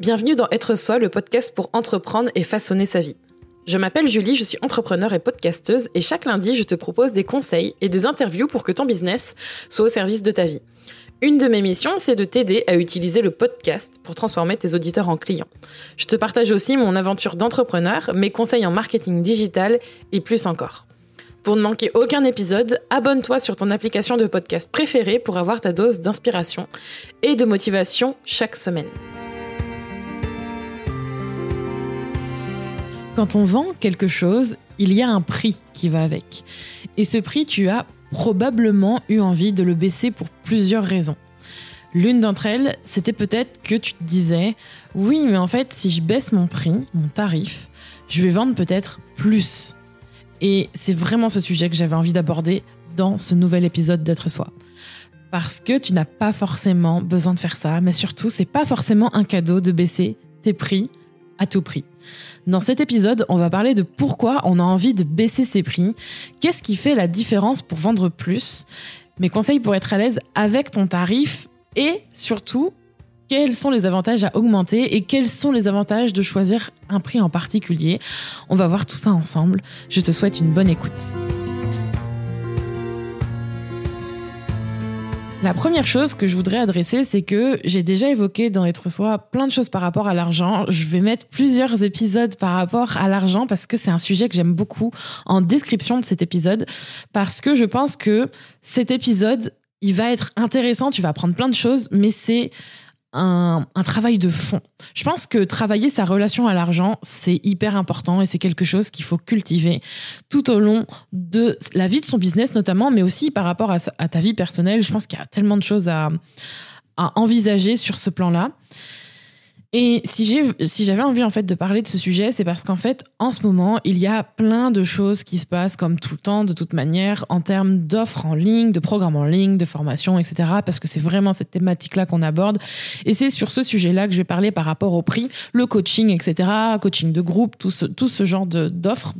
Bienvenue dans Être Soi, le podcast pour entreprendre et façonner sa vie. Je m'appelle Julie, je suis entrepreneur et podcasteuse et chaque lundi, je te propose des conseils et des interviews pour que ton business soit au service de ta vie. Une de mes missions, c'est de t'aider à utiliser le podcast pour transformer tes auditeurs en clients. Je te partage aussi mon aventure d'entrepreneur, mes conseils en marketing digital et plus encore. Pour ne manquer aucun épisode, abonne-toi sur ton application de podcast préférée pour avoir ta dose d'inspiration et de motivation chaque semaine. Quand on vend quelque chose, il y a un prix qui va avec. Et ce prix, tu as probablement eu envie de le baisser pour plusieurs raisons. L'une d'entre elles, c'était peut-être que tu te disais « Oui, mais en fait, si je baisse mon prix, mon tarif, je vais vendre peut-être plus. » Et c'est vraiment ce sujet que j'avais envie d'aborder dans ce nouvel épisode d'Être Soi. Parce que tu n'as pas forcément besoin de faire ça, mais surtout, c'est pas forcément un cadeau de baisser tes prix à tout prix. Dans cet épisode, on va parler de pourquoi on a envie de baisser ses prix, qu'est-ce qui fait la différence pour vendre plus, mes conseils pour être à l'aise avec ton tarif et surtout, quels sont les avantages à augmenter et quels sont les avantages de choisir un prix en particulier. On va voir tout ça ensemble. Je te souhaite une bonne écoute. La première chose que je voudrais adresser, c'est que j'ai déjà évoqué dans Être Soi plein de choses par rapport à l'argent. Je vais mettre plusieurs épisodes par rapport à l'argent parce que c'est un sujet que j'aime beaucoup en description de cet épisode parce que je pense que cet épisode, il va être intéressant, tu vas apprendre plein de choses, mais c'est un travail de fond. Je pense que travailler sa relation à l'argent, c'est hyper important et c'est quelque chose qu'il faut cultiver tout au long de la vie de son business notamment, mais aussi par rapport à ta vie personnelle. Je pense qu'il y a tellement de choses à envisager sur ce plan-là. Et si j'avais envie en fait de parler de ce sujet, c'est parce qu'en fait, en ce moment, il y a plein de choses qui se passent comme tout le temps, de toute manière, en termes d'offres en ligne, de programmes en ligne, de formation, etc. Parce que c'est vraiment cette thématique-là qu'on aborde. Et c'est sur ce sujet-là que je vais parler par rapport au prix, le coaching, etc., coaching de groupe, tout ce genre d'offres.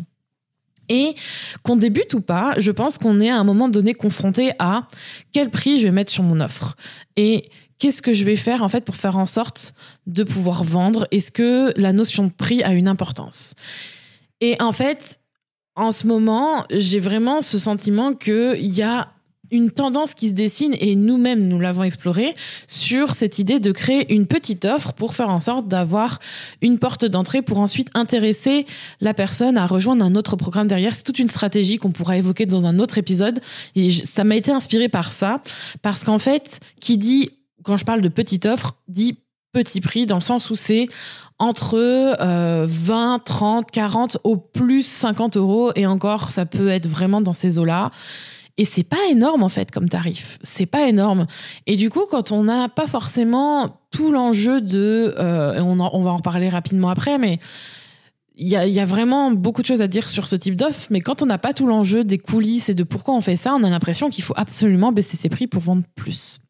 Et qu'on débute ou pas, je pense qu'on est à un moment donné confronté à quel prix je vais mettre sur mon offre. Et qu'est-ce que je vais faire en fait pour faire en sorte de pouvoir vendre? Est-ce que la notion de prix a une importance? Et en fait, en ce moment, j'ai vraiment ce sentiment qu'il y a une tendance qui se dessine, et nous-mêmes, nous l'avons exploré, sur cette idée de créer une petite offre pour faire en sorte d'avoir une porte d'entrée pour ensuite intéresser la personne à rejoindre un autre programme derrière. C'est toute une stratégie qu'on pourra évoquer dans un autre épisode. Et ça m'a été inspiré par ça, parce qu'en fait, quand je parle de petite offre, dit petit prix dans le sens où c'est entre 20, 30, 40, au plus 50 euros. Et encore, ça peut être vraiment dans ces eaux-là. Et c'est pas énorme, en fait, comme tarif. C'est pas énorme. Et du coup, quand on n'a pas forcément tout l'enjeu et on va en parler rapidement après, mais il y a vraiment beaucoup de choses à dire sur ce type d'offre. Mais quand on n'a pas tout l'enjeu des coulisses et de pourquoi on fait ça, on a l'impression qu'il faut absolument baisser ses prix pour vendre plus.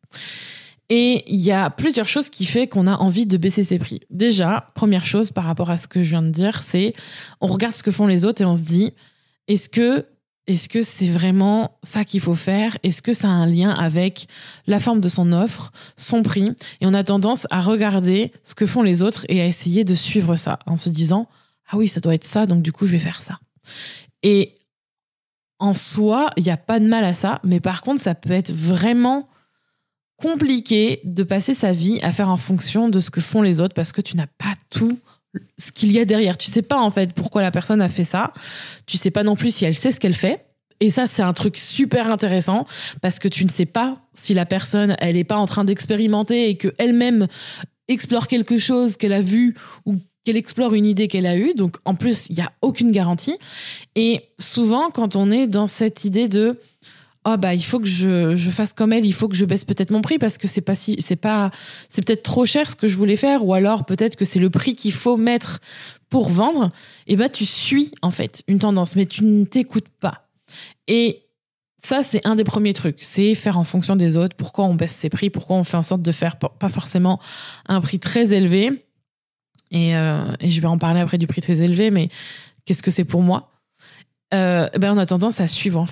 Et il y a plusieurs choses qui font qu'on a envie de baisser ses prix. Déjà, première chose par rapport à ce que je viens de dire, c'est on regarde ce que font les autres et on se dit, est-ce que c'est vraiment ça qu'il faut faire? Est-ce que ça a un lien avec la forme de son offre, son prix? Et on a tendance à regarder ce que font les autres et à essayer de suivre ça en se disant « Ah oui, ça doit être ça, donc du coup, je vais faire ça. » Et en soi, il n'y a pas de mal à ça, mais par contre, ça peut être vraiment compliqué de passer sa vie à faire en fonction de ce que font les autres parce que tu n'as pas tout ce qu'il y a derrière. Tu sais pas en fait pourquoi la personne a fait ça. Tu sais pas non plus si elle sait ce qu'elle fait. Et ça, c'est un truc super intéressant parce que tu ne sais pas si la personne, elle est pas en train d'expérimenter et qu'elle-même explore quelque chose qu'elle a vu ou qu'elle explore une idée qu'elle a eue. Donc, en plus, il y a aucune garantie. Et souvent, quand on est dans cette idée de oh bah il faut que je fasse comme elle, il faut que je baisse peut-être mon prix parce que c'est peut-être trop cher ce que je voulais faire, ou alors peut-être que c'est le prix qu'il faut mettre pour vendre, et bah tu suis en fait une tendance, mais tu ne t'écoutes pas. Et ça, c'est un des premiers trucs, c'est faire en fonction des autres. Pourquoi on baisse ses prix, pourquoi on fait en sorte de faire pas forcément un prix très élevé, et je vais en parler après du prix très élevé, mais qu'est-ce que c'est pour moi? On a tendance à suivre en fait.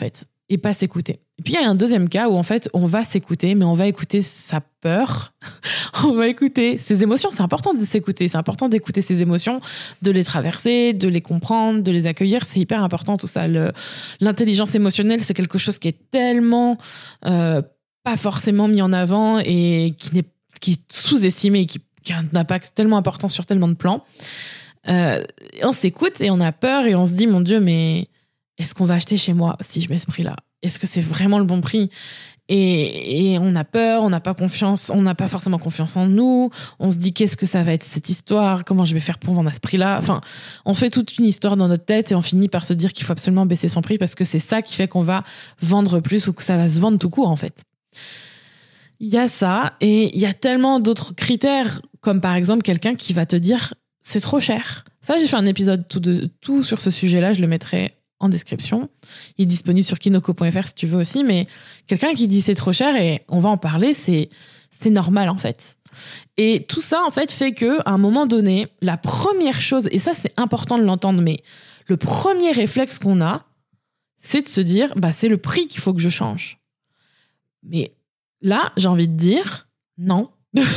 et pas s'écouter. Et puis il y a un deuxième cas où en fait on va s'écouter, mais on va écouter sa peur, on va écouter ses émotions. C'est important de s'écouter, c'est important d'écouter ses émotions, de les traverser, de les comprendre, de les accueillir. C'est hyper important tout ça. L'intelligence émotionnelle, c'est quelque chose qui est tellement pas forcément mis en avant et qui est sous-estimé et qui a un impact tellement important sur tellement de plans. On s'écoute et on a peur et on se dit mon Dieu, mais est-ce qu'on va acheter chez moi si je mets ce prix-là? Est-ce que c'est vraiment le bon prix? Et on a peur, on n'a pas confiance, on n'a pas forcément confiance en nous. On se dit qu'est-ce que ça va être cette histoire? Comment je vais faire pour vendre à ce prix-là? Enfin, on fait toute une histoire dans notre tête et on finit par se dire qu'il faut absolument baisser son prix parce que c'est ça qui fait qu'on va vendre plus ou que ça va se vendre tout court en fait. Il y a ça et il y a tellement d'autres critères comme par exemple quelqu'un qui va te dire c'est trop cher. Ça, j'ai fait un épisode tout sur ce sujet-là, je le mettrai en description. Il est disponible sur kinoko.fr si tu veux aussi, mais quelqu'un qui dit c'est trop cher et on va en parler, c'est normal en fait. Et tout ça en fait fait que à un moment donné, la première chose, et ça c'est important de l'entendre, mais le premier réflexe qu'on a, c'est de se dire bah c'est le prix qu'il faut que je change. Mais là, j'ai envie de dire non.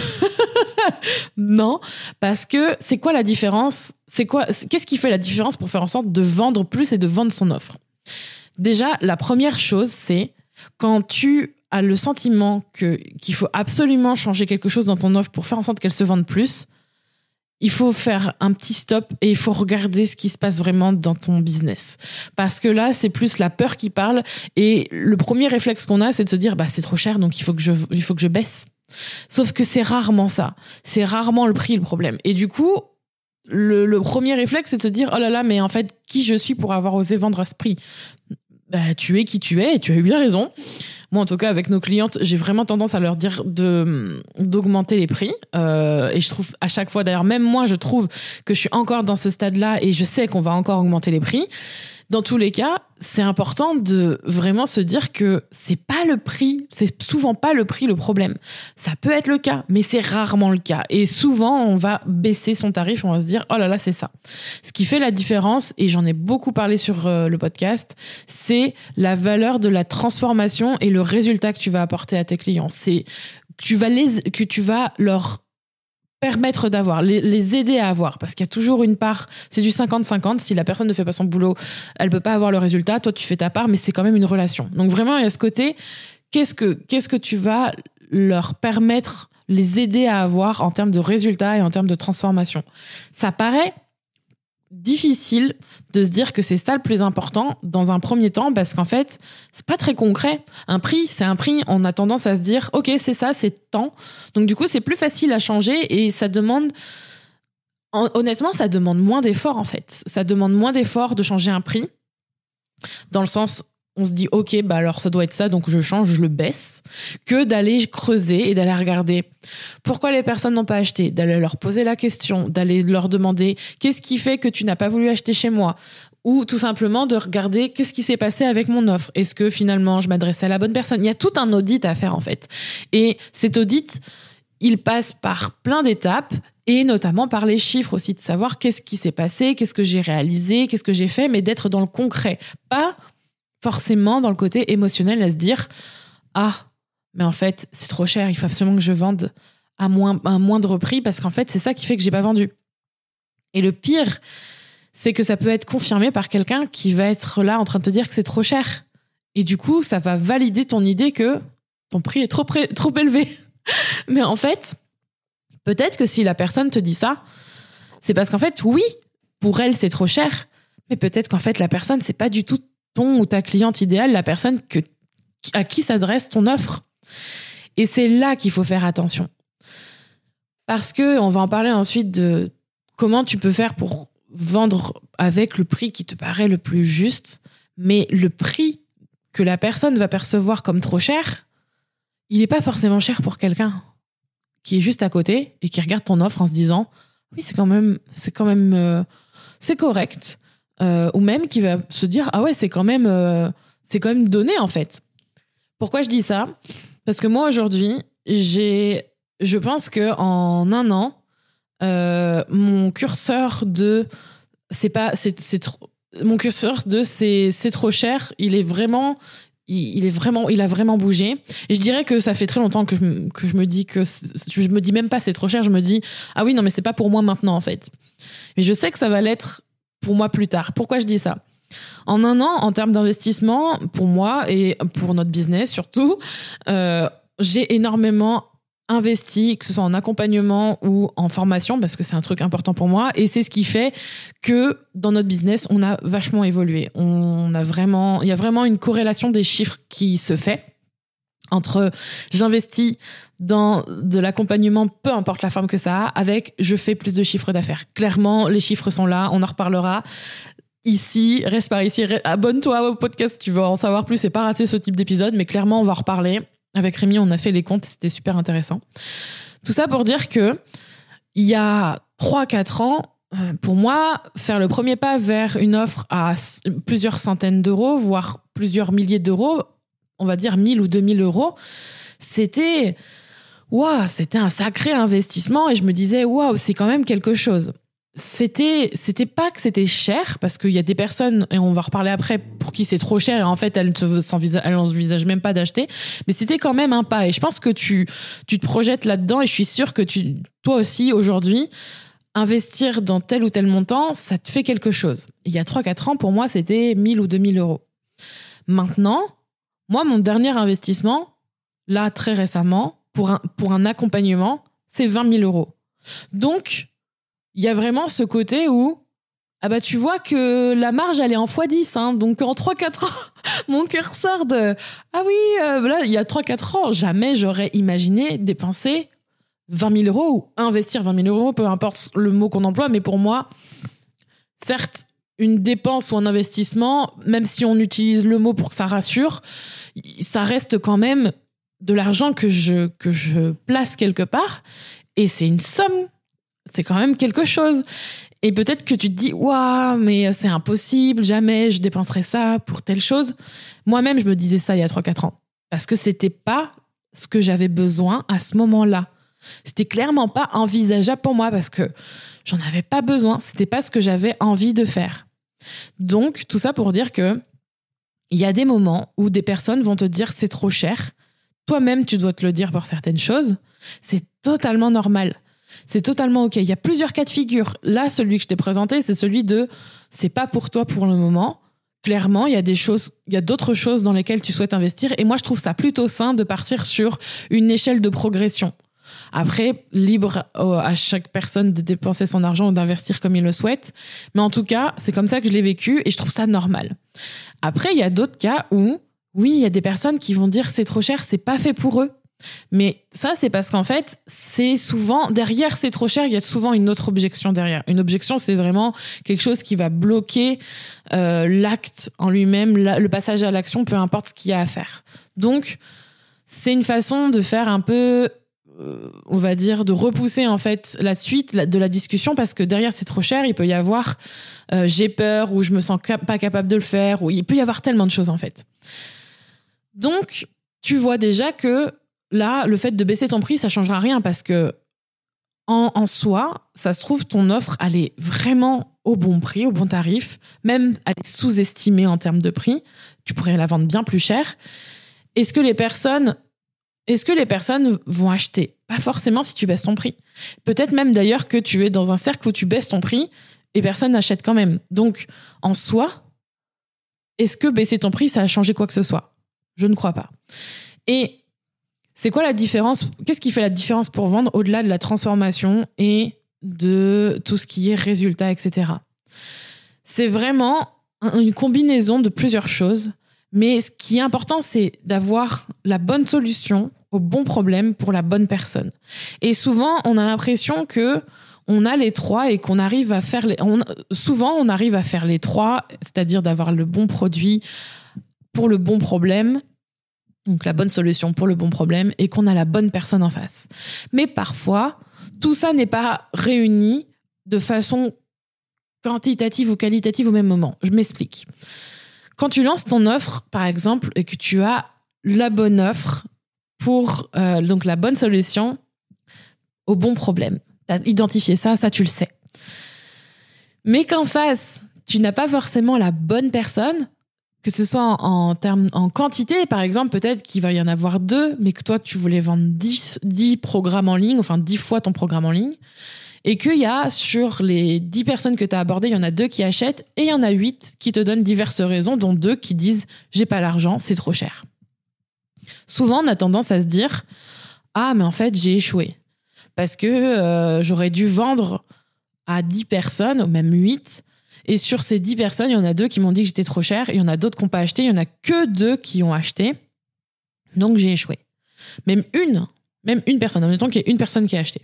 Non, parce que c'est quoi la différence? Qu'est-ce qui fait la différence pour faire en sorte de vendre plus et de vendre son offre? Déjà, la première chose, c'est quand tu as le sentiment qu'il faut absolument changer quelque chose dans ton offre pour faire en sorte qu'elle se vende plus, il faut faire un petit stop et il faut regarder ce qui se passe vraiment dans ton business. Parce que là, c'est plus la peur qui parle et le premier réflexe qu'on a, c'est de se dire bah, c'est trop cher, donc il faut que je baisse. Sauf que c'est rarement ça. C'est rarement le prix le problème. Et du coup, le premier réflexe, c'est de se dire oh là là, mais en fait, qui je suis pour avoir osé vendre à ce prix? Bah, tu es qui tu es et tu as eu bien raison. Moi, en tout cas, avec nos clientes, j'ai vraiment tendance à leur dire d'augmenter les prix. Et je trouve à chaque fois, d'ailleurs, même moi, je trouve que je suis encore dans ce stade-là et je sais qu'on va encore augmenter les prix. Dans tous les cas, c'est important de vraiment se dire que c'est pas le prix, c'est souvent pas le prix le problème. Ça peut être le cas, mais c'est rarement le cas. Et souvent, on va baisser son tarif, on va se dire oh là là, c'est ça. Ce qui fait la différence, et j'en ai beaucoup parlé sur le podcast, c'est la valeur de la transformation et le résultat que tu vas apporter à tes clients. C'est que tu vas leur permettre d'avoir, les aider à avoir, parce qu'il y a toujours une part, c'est du 50-50, si la personne ne fait pas son boulot, elle peut pas avoir le résultat, toi tu fais ta part, mais c'est quand même une relation. Donc vraiment, il y a ce côté, qu'est-ce que tu vas leur permettre, les aider à avoir en termes de résultats et en termes de transformation. Ça paraît difficile de se dire que c'est ça le plus important dans un premier temps parce qu'en fait, c'est pas très concret. Un prix, c'est un prix. On a tendance à se dire, OK, c'est ça, c'est tant. Donc du coup, c'est plus facile à changer et ça demande, honnêtement, ça demande moins d'efforts en fait. Ça demande moins d'efforts de changer un prix dans le sens on se dit ok bah alors ça doit être ça donc je change, je le baisse, que d'aller creuser et d'aller regarder pourquoi les personnes n'ont pas acheté, d'aller leur poser la question, d'aller leur demander qu'est-ce qui fait que tu n'as pas voulu acheter chez moi, ou tout simplement de regarder qu'est-ce qui s'est passé avec mon offre, est-ce que finalement je m'adressais à la bonne personne. Il y a tout un audit à faire en fait et cet audit il passe par plein d'étapes et notamment par les chiffres aussi, de savoir qu'est-ce qui s'est passé, qu'est-ce que j'ai réalisé, qu'est-ce que j'ai fait, mais d'être dans le concret, pas forcément dans le côté émotionnel à se dire ah mais en fait c'est trop cher, il faut absolument que je vende à un moindre prix parce qu'en fait c'est ça qui fait que j'ai pas vendu. Et le pire c'est que ça peut être confirmé par quelqu'un qui va être là en train de te dire que c'est trop cher et du coup ça va valider ton idée que ton prix est trop élevé. Mais en fait peut-être que si la personne te dit ça c'est parce qu'en fait oui pour elle c'est trop cher, mais peut-être qu'en fait la personne c'est pas du tout ton ou ta cliente idéale, la personne à qui s'adresse ton offre. Et c'est là qu'il faut faire attention. Parce que on va en parler ensuite de comment tu peux faire pour vendre avec le prix qui te paraît le plus juste, mais le prix que la personne va percevoir comme trop cher, il n'est pas forcément cher pour quelqu'un qui est juste à côté et qui regarde ton offre en se disant oui, c'est correct. Ou même qui va se dire ah ouais c'est quand même donné en fait. Pourquoi je dis ça? Parce que moi aujourd'hui je pense que en un an mon curseur de c'est trop cher, il est vraiment il a vraiment bougé. Et je dirais que ça fait très longtemps que je me dis je me dis même pas c'est trop cher. Je me dis, ah oui, non, mais c'est pas pour moi maintenant, en fait. Mais je sais que ça va l'être pour moi plus tard. Pourquoi je dis ça? En un an, en termes d'investissement, pour moi et pour notre business surtout, j'ai énormément investi, que ce soit en accompagnement ou en formation, parce que c'est un truc important pour moi. Et c'est ce qui fait que dans notre business, on a vachement évolué. Il y a vraiment une corrélation des chiffres qui se fait entre j'investis dans de l'accompagnement, peu importe la forme que ça a, avec je fais plus de chiffres d'affaires. Clairement, les chiffres sont là, on en reparlera. Ici, reste par ici, abonne-toi au podcast si tu veux en savoir plus et pas rater ce type d'épisode, mais clairement, on va en reparler. Avec Rémi, on a fait les comptes, c'était super intéressant. Tout ça pour dire que il y a 3-4 ans, pour moi, faire le premier pas vers une offre à plusieurs centaines d'euros, voire plusieurs milliers d'euros, on va dire 1000 ou 2000 euros, c'était un sacré investissement et je me disais, waouh, c'est quand même quelque chose. C'était pas que c'était cher, parce qu'il y a des personnes, et on va reparler après, pour qui c'est trop cher et en fait elles n'envisagent même pas d'acheter, mais c'était quand même un pas et je pense que tu te projettes là-dedans et je suis sûre que toi aussi aujourd'hui, investir dans tel ou tel montant, ça te fait quelque chose. Il y a 3-4 ans, pour moi, c'était 1000 ou 2000 euros. Maintenant, moi, mon dernier investissement, là, très récemment, pour un accompagnement, c'est 20 000 euros. Donc, il y a vraiment ce côté où, tu vois que la marge, elle est en x10. Hein, donc, en 3-4 ans, mon cœur sort de... Ah oui, là, il y a 3-4 ans, jamais j'aurais imaginé dépenser 20 000 euros ou investir 20 000 euros, peu importe le mot qu'on emploie. Mais pour moi, certes, une dépense ou un investissement, même si on utilise le mot pour que ça rassure, ça reste quand même de l'argent que je place quelque part. Et c'est une somme. C'est quand même quelque chose. Et peut-être que tu te dis, waouh, mais c'est impossible, jamais je dépenserais ça pour telle chose. Moi-même, je me disais ça il y a 3-4 ans. Parce que c'était pas ce que j'avais besoin à ce moment-là. C'était clairement pas envisageable pour moi parce que j'en avais pas besoin. C'était pas ce que j'avais envie de faire. Donc, tout ça pour dire que il y a des moments où des personnes vont te dire c'est trop cher. Toi-même, tu dois te le dire pour certaines choses. C'est totalement normal. C'est totalement OK. Il y a plusieurs cas de figure. Là, celui que je t'ai présenté, c'est celui de c'est pas pour toi pour le moment. Clairement, il y a d'autres choses dans lesquelles tu souhaites investir. Et moi, je trouve ça plutôt sain de partir sur une échelle de progression. Après, libre à chaque personne de dépenser son argent ou d'investir comme il le souhaite. Mais en tout cas, c'est comme ça que je l'ai vécu et je trouve ça normal. Après, il y a d'autres cas où, oui, il y a des personnes qui vont dire c'est trop cher, c'est pas fait pour eux. Mais ça, c'est parce qu'en fait, c'est souvent, derrière c'est trop cher, il y a souvent une autre objection derrière. Une objection, c'est vraiment quelque chose qui va bloquer l'acte en lui-même, le passage à l'action, peu importe ce qu'il y a à faire. Donc, c'est une façon de faire un peu, on va dire, de repousser en fait la suite de la discussion parce que derrière c'est trop cher, il peut y avoir j'ai peur ou je me sens pas capable de le faire ou il peut y avoir tellement de choses en fait. Donc, tu vois déjà que là, le fait de baisser ton prix, ça changera rien parce que en soi, ça se trouve, ton offre, elle est vraiment au bon prix, au bon tarif. Même, elle est sous-estimée en termes de prix. Tu pourrais la vendre bien plus cher. Est-ce que les personnes vont acheter? Pas forcément si tu baisses ton prix. Peut-être même d'ailleurs que tu es dans un cercle où tu baisses ton prix et personne n'achète quand même. Donc, en soi, est-ce que baisser ton prix, ça a changé quoi que ce soit? Je ne crois pas. Et c'est quoi la différence? Qu'est-ce qui fait la différence pour vendre au-delà de la transformation et de tout ce qui est résultat, etc. C'est vraiment une combinaison de plusieurs choses. Mais ce qui est important, c'est d'avoir la bonne solution au bon problème pour la bonne personne. Et souvent, on a l'impression que on a les trois et qu'on arrive à faire souvent, on arrive à faire les trois, c'est-à-dire d'avoir le bon produit pour le bon problème, donc la bonne solution pour le bon problème, et qu'on a la bonne personne en face. Mais parfois, tout ça n'est pas réuni de façon quantitative ou qualitative au même moment. Je m'explique. Quand tu lances ton offre, par exemple, et que tu as la bonne offre pour donc la bonne solution au bon problème, tu as identifié ça tu le sais. Mais qu'en face, tu n'as pas forcément la bonne personne, Que ce soit en termes, en quantité, par exemple, peut-être qu'il va y en avoir 2, mais que toi, tu voulais vendre 10 programmes en ligne, enfin 10 fois ton programme en ligne. Et qu'il y a, sur les 10 personnes que tu as abordées, il y en a 2 qui achètent et il y en a 8 qui te donnent diverses raisons, dont 2 qui disent « j'ai pas l'argent, c'est trop cher ». Souvent, on a tendance à se dire « ah, mais en fait, j'ai échoué ». Parce que j'aurais dû vendre à 10 personnes, ou même 8. Et sur ces 10 personnes, il y en a 2 qui m'ont dit que j'étais trop cher. Il y en a d'autres qui n'ont pas acheté. Il y en a que 2 qui ont acheté. Donc, j'ai échoué. Même une personne. En même temps qu'il y a une personne qui a acheté.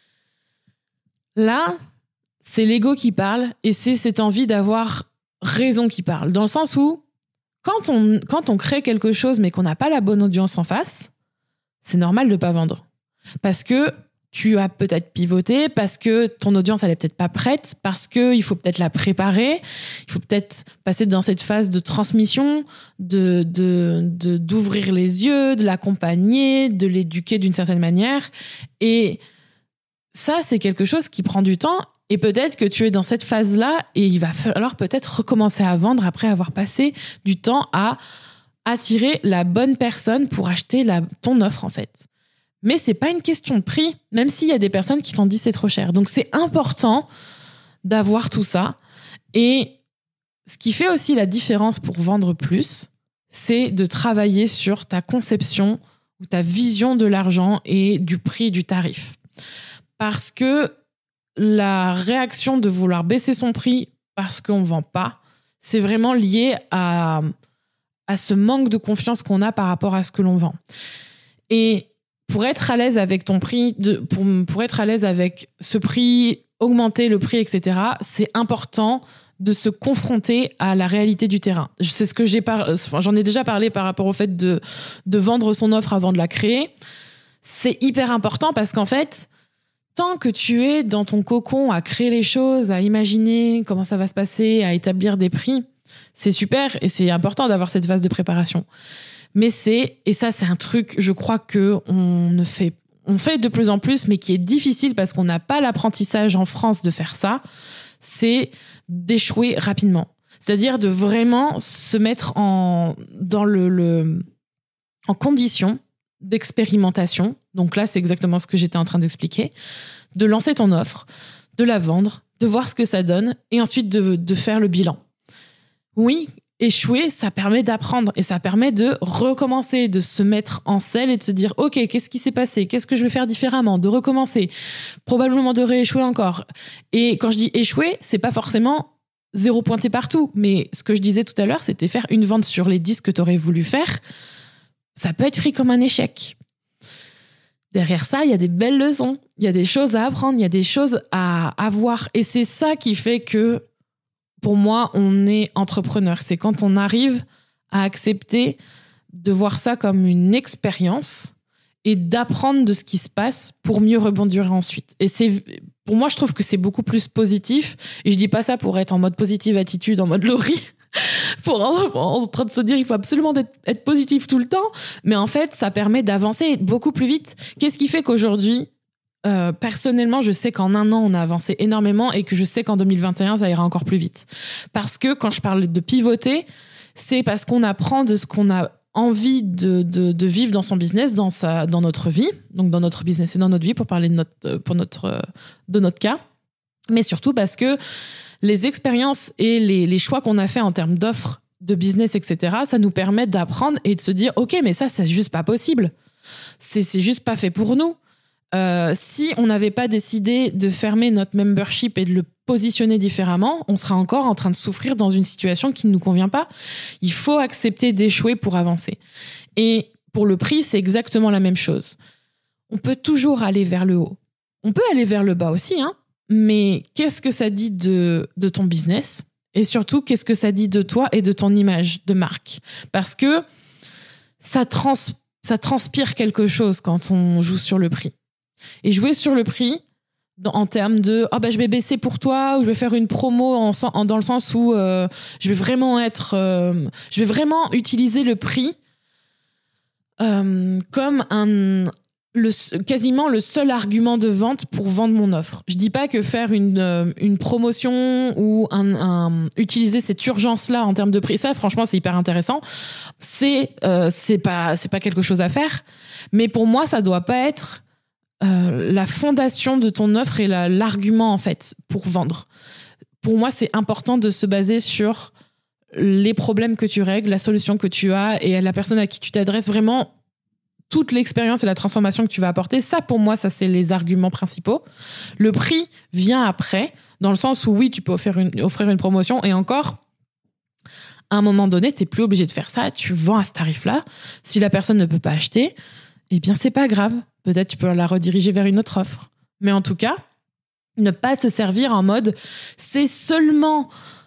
Là, c'est l'ego qui parle et c'est cette envie d'avoir raison qui parle. Dans le sens où, quand on crée quelque chose mais qu'on n'a pas la bonne audience en face, c'est normal de ne pas vendre. Parce que tu as peut-être pivoté, parce que ton audience, elle est peut-être pas prête, parce qu'il faut peut-être la préparer, il faut peut-être passer dans cette phase de transmission, d'ouvrir les yeux, de l'accompagner, de l'éduquer d'une certaine manière. Et ça, c'est quelque chose qui prend du temps. Et peut-être que tu es dans cette phase-là et il va falloir peut-être recommencer à vendre après avoir passé du temps à attirer la bonne personne pour acheter ton offre, en fait. Mais c'est pas une question de prix, même s'il y a des personnes qui t'ont dit c'est trop cher. Donc c'est important d'avoir tout ça. Et ce qui fait aussi la différence pour vendre plus, c'est de travailler sur ta conception ou ta vision de l'argent et du prix, du tarif. Parce que la réaction de vouloir baisser son prix parce qu'on ne vend pas, c'est vraiment lié à ce manque de confiance qu'on a par rapport à ce que l'on vend. Et pour être à l'aise avec ton prix, pour être à l'aise avec ce prix, augmenter le prix, etc., c'est important de se confronter à la réalité du terrain. C'est ce que j'en ai déjà parlé par rapport au fait de vendre son offre avant de la créer. C'est hyper important parce qu'en fait, tant que tu es dans ton cocon à créer les choses, à imaginer comment ça va se passer, à établir des prix, c'est super et c'est important d'avoir cette phase de préparation. Mais et ça c'est un truc, je crois que on fait de plus en plus, mais qui est difficile parce qu'on n'a pas l'apprentissage en France de faire ça, c'est d'échouer rapidement. C'est-à-dire de vraiment se mettre en condition d'expérimentation. Donc là, c'est exactement ce que j'étais en train d'expliquer. De lancer ton offre, de la vendre, de voir ce que ça donne et ensuite de faire le bilan. Oui, échouer, ça permet d'apprendre et ça permet de recommencer, de se mettre en selle et de se dire « Ok, qu'est-ce qui s'est passé ? Qu'est-ce que je vais faire différemment ?» De recommencer, probablement de rééchouer encore. Et quand je dis échouer, c'est pas forcément 0 pointé partout. Mais ce que je disais tout à l'heure, c'était faire une vente sur les 10 que tu aurais voulu faire. Ça peut être pris comme un échec. Derrière ça, il y a des belles leçons. Il y a des choses à apprendre, il y a des choses à avoir. Et c'est ça qui fait que, pour moi, on est entrepreneur. C'est quand on arrive à accepter de voir ça comme une expérience et d'apprendre de ce qui se passe pour mieux rebondir ensuite. Et pour moi, je trouve que c'est beaucoup plus positif. Et je dis pas ça pour être en mode positive attitude, en mode Laurie, en train de se dire il faut absolument être positif tout le temps. Mais en fait, ça permet d'avancer beaucoup plus vite. Qu'est-ce qui fait qu'aujourd'hui, personnellement, je sais qu'en 1 an, on a avancé énormément et que je sais qu'en 2021, ça ira encore plus vite. Parce que quand je parle de pivoter, c'est parce qu'on apprend de ce qu'on a envie de vivre dans son business, dans notre vie, donc dans notre business et dans notre vie, pour parler de notre cas. Mais surtout parce que les expériences et les choix qu'on a fait en termes d'offres, de business, etc., ça nous permet d'apprendre et de se dire « Ok, mais ça, c'est juste pas possible. C'est juste pas fait pour nous. » Si on n'avait pas décidé de fermer notre membership et de le positionner différemment, on sera encore en train de souffrir dans une situation qui ne nous convient pas. Il faut accepter d'échouer pour avancer. Et pour le prix, c'est exactement la même chose. On peut toujours aller vers le haut. On peut aller vers le bas aussi, hein. Mais qu'est-ce que ça dit de ton business ? Et surtout, qu'est-ce que ça dit de toi et de ton image de marque ? Parce que ça transpire quelque chose quand on joue sur le prix. Et jouer sur le prix, en termes de je vais baisser pour toi, ou je vais faire une promo dans le sens où je vais vraiment utiliser le prix comme quasiment le seul argument de vente pour vendre mon offre. Je dis pas que faire une promotion ou utiliser cette urgence-là en termes de prix, ça, franchement, c'est hyper intéressant. C'est pas quelque chose à faire. Mais pour moi, ça doit pas être la fondation de ton offre et l'argument, en fait, pour vendre. Pour moi, c'est important de se baser sur les problèmes que tu règles, la solution que tu as et la personne à qui tu t'adresses, vraiment toute l'expérience et la transformation que tu vas apporter. Ça, pour moi, ça, c'est les arguments principaux. Le prix vient après, dans le sens où, oui, tu peux offrir une promotion, et encore, à un moment donné, tu n'es plus obligé de faire ça. Tu vends à ce tarif-là. Si la personne ne peut pas acheter, eh bien, c'est pas grave. Peut-être tu peux la rediriger vers une autre offre. Mais en tout cas, ne pas se servir en mode « c'est seulement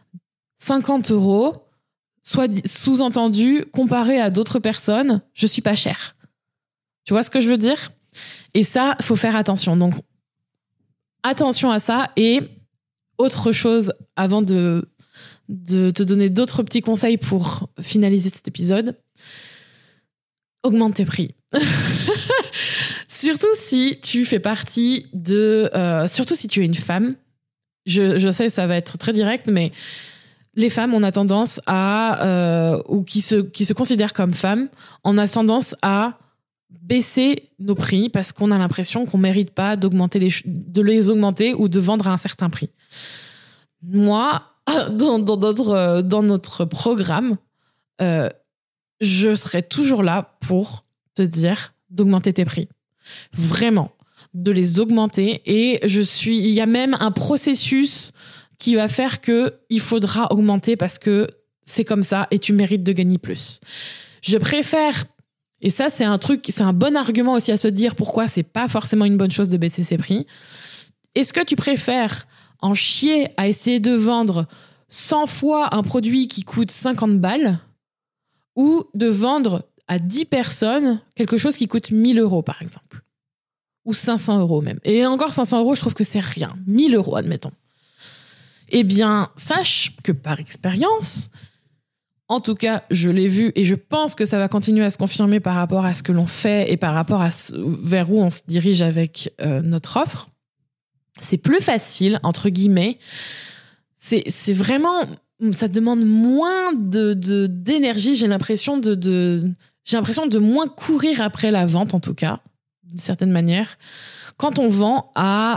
50 €, soit sous-entendu, comparé à d'autres personnes, je suis pas cher ». Tu vois ce que je veux dire? Et ça, faut faire attention. Donc, attention à ça. Et autre chose, avant de te donner d'autres petits conseils pour finaliser cet épisode, augmente tes prix. Surtout si tu fais partie surtout si tu es une femme. Je sais, ça va être très direct, mais les femmes, on a tendance ou qui se considèrent comme femmes, on a tendance à baisser nos prix parce qu'on a l'impression qu'on mérite pas de les augmenter ou de vendre à un certain prix. Moi, dans notre programme, je serai toujours là pour te dire d'augmenter tes prix. Vraiment, de les augmenter. Et il y a même un processus qui va faire qu'il faudra augmenter parce que c'est comme ça et tu mérites de gagner plus. Je préfère. Et ça, c'est un bon argument aussi à se dire pourquoi c'est pas forcément une bonne chose de baisser ses prix. Est-ce que tu préfères en chier à essayer de vendre 100 fois un produit qui coûte 50 balles ou de vendre à 10 personnes quelque chose qui coûte 1 000 €, par exemple? Ou 500 € même. Et encore 500 €, je trouve que c'est rien. 1 000 €, admettons. Eh bien, sache que par expérience, en tout cas, je l'ai vu et je pense que ça va continuer à se confirmer par rapport à ce que l'on fait et par rapport vers où on se dirige avec notre offre. C'est plus facile, entre guillemets. C'est vraiment... Ça demande moins d'énergie. J'ai l'impression de moins courir après la vente, en tout cas, d'une certaine manière, quand on vend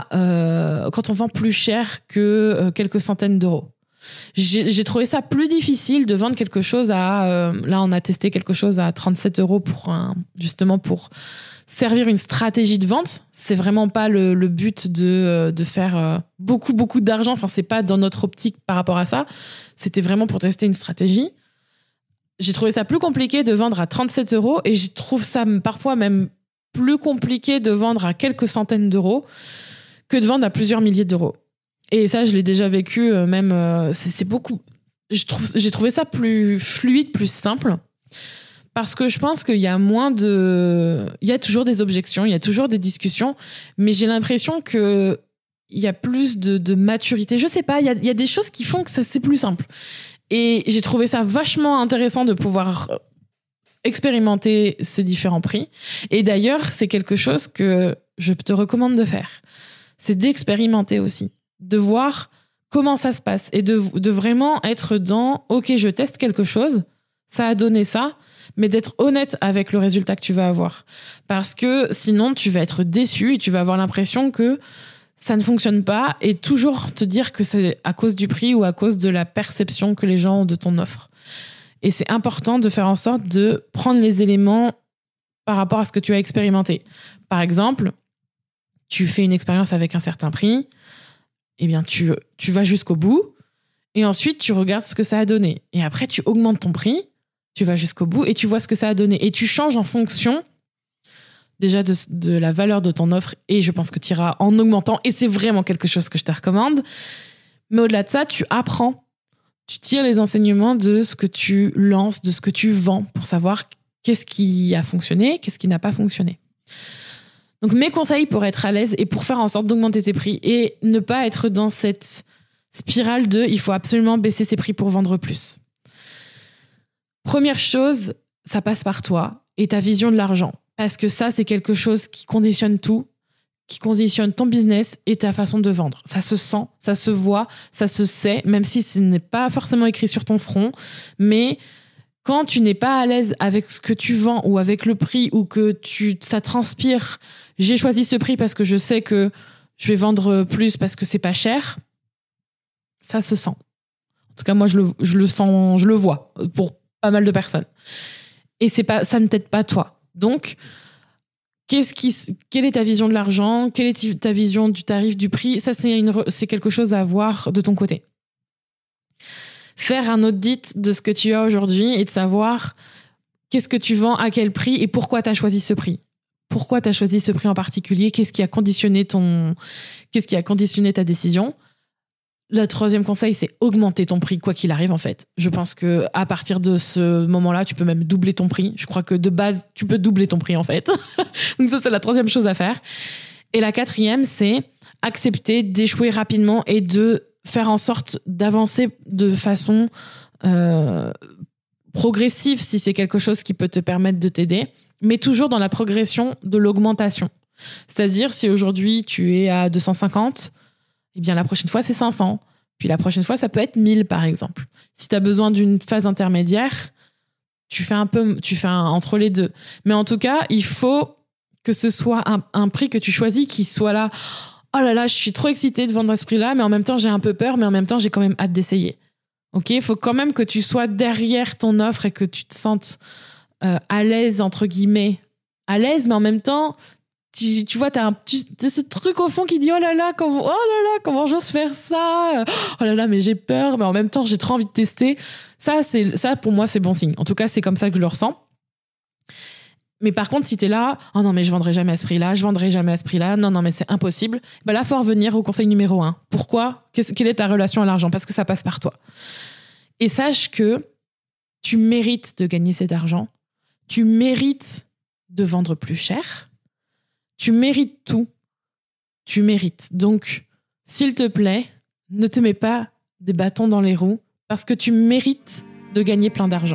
plus cher que quelques centaines d'euros. J'ai trouvé ça plus difficile de vendre quelque chose là, on a testé quelque chose à 37 € justement pour servir une stratégie de vente. C'est vraiment pas le but de faire beaucoup, beaucoup d'argent. Enfin, c'est pas dans notre optique par rapport à ça. C'était vraiment pour tester une stratégie. J'ai trouvé ça plus compliqué de vendre à 37 € et je trouve ça parfois même plus compliqué de vendre à quelques centaines d'euros que de vendre à plusieurs milliers d'euros. Et ça, je l'ai déjà vécu, c'est beaucoup... J'ai trouvé ça plus fluide, plus simple, parce que je pense qu'il y a il y a toujours des objections, il y a toujours des discussions, mais j'ai l'impression qu'il y a plus de maturité. Je sais pas, il y a des choses qui font que c'est plus simple. Et j'ai trouvé ça vachement intéressant de pouvoir expérimenter ces différents prix. Et d'ailleurs, c'est quelque chose que je te recommande de faire. C'est d'expérimenter aussi, de voir comment ça se passe et de vraiment être dans « Ok, je teste quelque chose, ça a donné ça », mais d'être honnête avec le résultat que tu vas avoir. Parce que sinon, tu vas être déçu et tu vas avoir l'impression que ça ne fonctionne pas et toujours te dire que c'est à cause du prix ou à cause de la perception que les gens ont de ton offre. Et c'est important de faire en sorte de prendre les éléments par rapport à ce que tu as expérimenté. Par exemple, tu fais une expérience avec un certain prix, eh bien tu vas jusqu'au bout et ensuite tu regardes ce que ça a donné. Et après, tu augmentes ton prix, tu vas jusqu'au bout et tu vois ce que ça a donné. Et tu changes en fonction déjà de la valeur de ton offre et je pense que tu iras en augmentant et c'est vraiment quelque chose que je te recommande. Mais au-delà de ça, tu apprends. Tu tires les enseignements de ce que tu lances, de ce que tu vends pour savoir qu'est-ce qui a fonctionné, qu'est-ce qui n'a pas fonctionné. Donc mes conseils pour être à l'aise et pour faire en sorte d'augmenter tes prix et ne pas être dans cette spirale de il faut absolument baisser ses prix pour vendre plus. Première chose, ça passe par toi et ta vision de l'argent. Parce que ça, c'est quelque chose qui conditionne tout, qui conditionne ton business et ta façon de vendre. Ça se sent, ça se voit, ça se sait, même si ce n'est pas forcément écrit sur ton front. Mais quand tu n'es pas à l'aise avec ce que tu vends ou avec le prix ou que ça transpire, j'ai choisi ce prix parce que je sais que je vais vendre plus parce que c'est pas cher, ça se sent. En tout cas, moi, je le sens, je le vois pour pas mal de personnes. Et ça ne t'aide pas toi. Donc, quelle est ta vision de l'argent? Quelle est ta vision du tarif, du prix? Ça, c'est quelque chose à voir de ton côté. Faire un audit de ce que tu as aujourd'hui et de savoir qu'est-ce que tu vends, à quel prix et pourquoi tu as choisi ce prix. Pourquoi tu as choisi ce prix en particulier? Qu'est-ce qui a conditionné ta décision? Le troisième conseil, c'est augmenter ton prix, quoi qu'il arrive, en fait. Je pense que à partir de ce moment-là, tu peux même doubler ton prix. Je crois que de base, tu peux doubler ton prix, en fait. Donc ça, c'est la troisième chose à faire. Et la quatrième, c'est accepter d'échouer rapidement et de faire en sorte d'avancer de façon progressive, si c'est quelque chose qui peut te permettre de t'aider, mais toujours dans la progression de l'augmentation. C'est-à-dire, si aujourd'hui, tu es à 250... eh bien, la prochaine fois, c'est 500. Puis la prochaine fois, ça peut être 1000, par exemple. Si tu as besoin d'une phase intermédiaire, tu fais entre les deux. Mais en tout cas, il faut que ce soit un prix que tu choisis qui soit là. Oh là là, je suis trop excitée de vendre à ce prix-là, mais en même temps, j'ai un peu peur, mais en même temps, j'ai quand même hâte d'essayer. Ok, il faut quand même que tu sois derrière ton offre et que tu te sentes à l'aise, entre guillemets. À l'aise, mais en même temps... Tu vois, t'as ce truc au fond qui dit oh là là, comment j'ose faire ça? Oh là là, mais j'ai peur, mais en même temps, j'ai trop envie de tester. Ça, pour moi, c'est bon signe. En tout cas, c'est comme ça que je le ressens. Mais par contre, si t'es là, oh non, mais je vendrai jamais à ce prix-là, non, mais c'est impossible. Ben là, faut revenir au conseil numéro 1. Pourquoi? Quelle est ta relation à l'argent? Parce que ça passe par toi. Et sache que tu mérites de gagner cet argent. Tu mérites de vendre plus cher. Tu mérites tout. Tu mérites. Donc, s'il te plaît, ne te mets pas des bâtons dans les roues parce que tu mérites de gagner plein d'argent.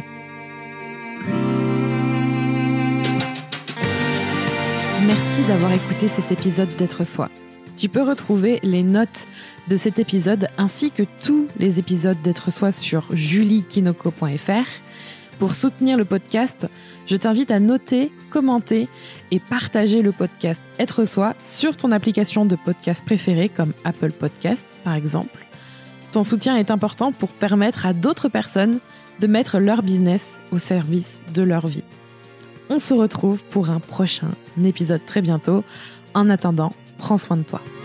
Merci d'avoir écouté cet épisode d'Être Soi. Tu peux retrouver les notes de cet épisode ainsi que tous les épisodes d'Être Soi sur juliekinoko.fr. Pour soutenir le podcast, je t'invite à noter, commenter et partager le podcast Être Soi sur ton application de podcast préférée comme Apple Podcast par exemple. Ton soutien est important pour permettre à d'autres personnes de mettre leur business au service de leur vie. On se retrouve pour un prochain épisode très bientôt. En attendant, prends soin de toi.